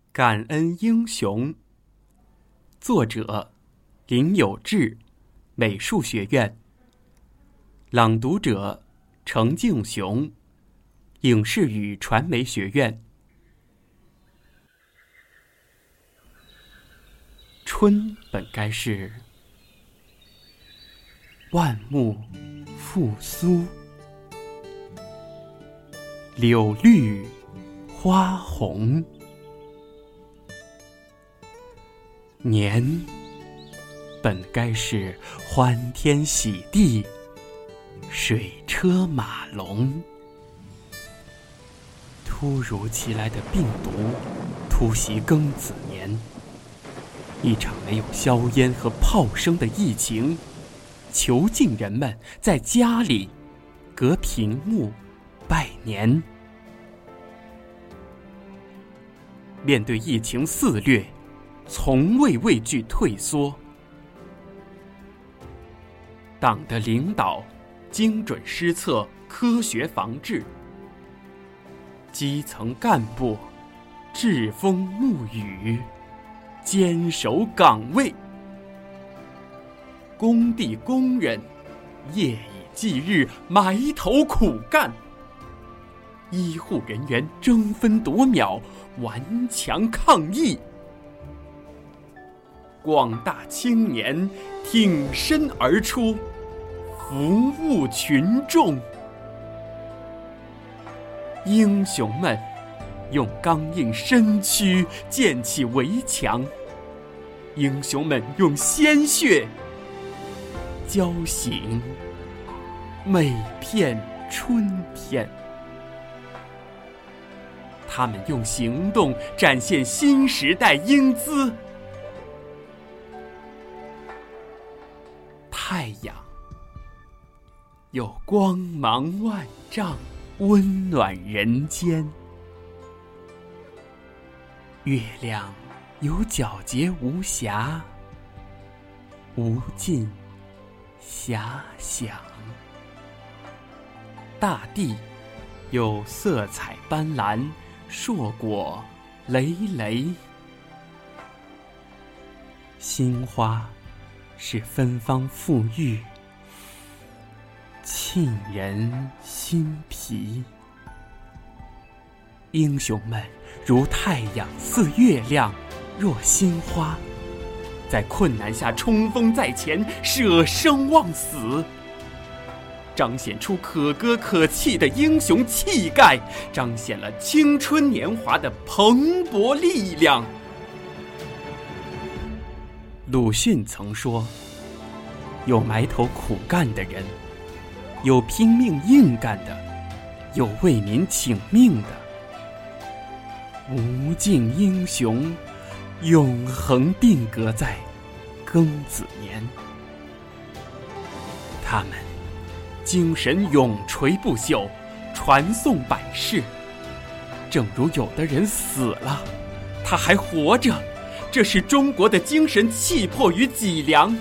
感恩英雄。作者林有志，美术学院。朗读者程敬雄，影视与传媒学院。春本该是万物复苏，柳绿花红，年本该是欢天喜地，水车马龙。突如其来的病毒突袭庚子年，一场没有硝烟和炮声的疫情，囚禁人们在家里隔屏幕拜年。面对疫情肆虐，从未畏惧退缩。党的领导精准施策，科学防治，基层干部栉风沐雨，坚守岗位。工地工人夜以继日，埋头苦干。医护人员争分夺秒，顽强抗疫。广大青年挺身而出，服务群众。英雄们用刚硬身躯建起围墙，英雄们用鲜血浇醒每片春天。他们用行动展现新时代英姿。太阳有光芒万丈，温暖人间；月亮有皎洁无瑕，无尽遐想；大地有色彩斑斓，硕果累累。心花是芬芳馥郁，沁人心脾。英雄们如太阳似月亮，若心花，在困难下冲锋在前，舍生忘死，彰显出可歌可泣的英雄气概，彰显了青春年华的蓬勃力量。鲁迅曾说，有埋头苦干的人，有拼命硬干的，有为民请命的。无尽英雄永恒定格在庚子年，他们精神永垂不朽，传颂百世。正如有的人死了，他还活着，这是中国的精神气魄与脊梁。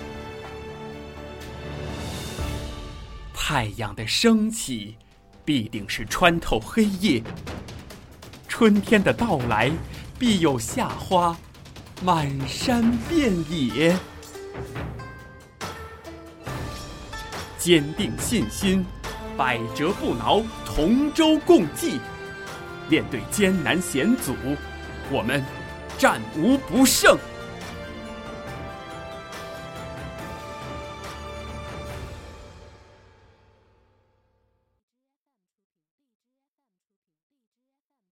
太阳的升起必定是穿透黑夜，春天的到来必有夏花满山遍野。坚定信心，百折不挠，同舟共济。面对艰难险阻，我们战无不胜。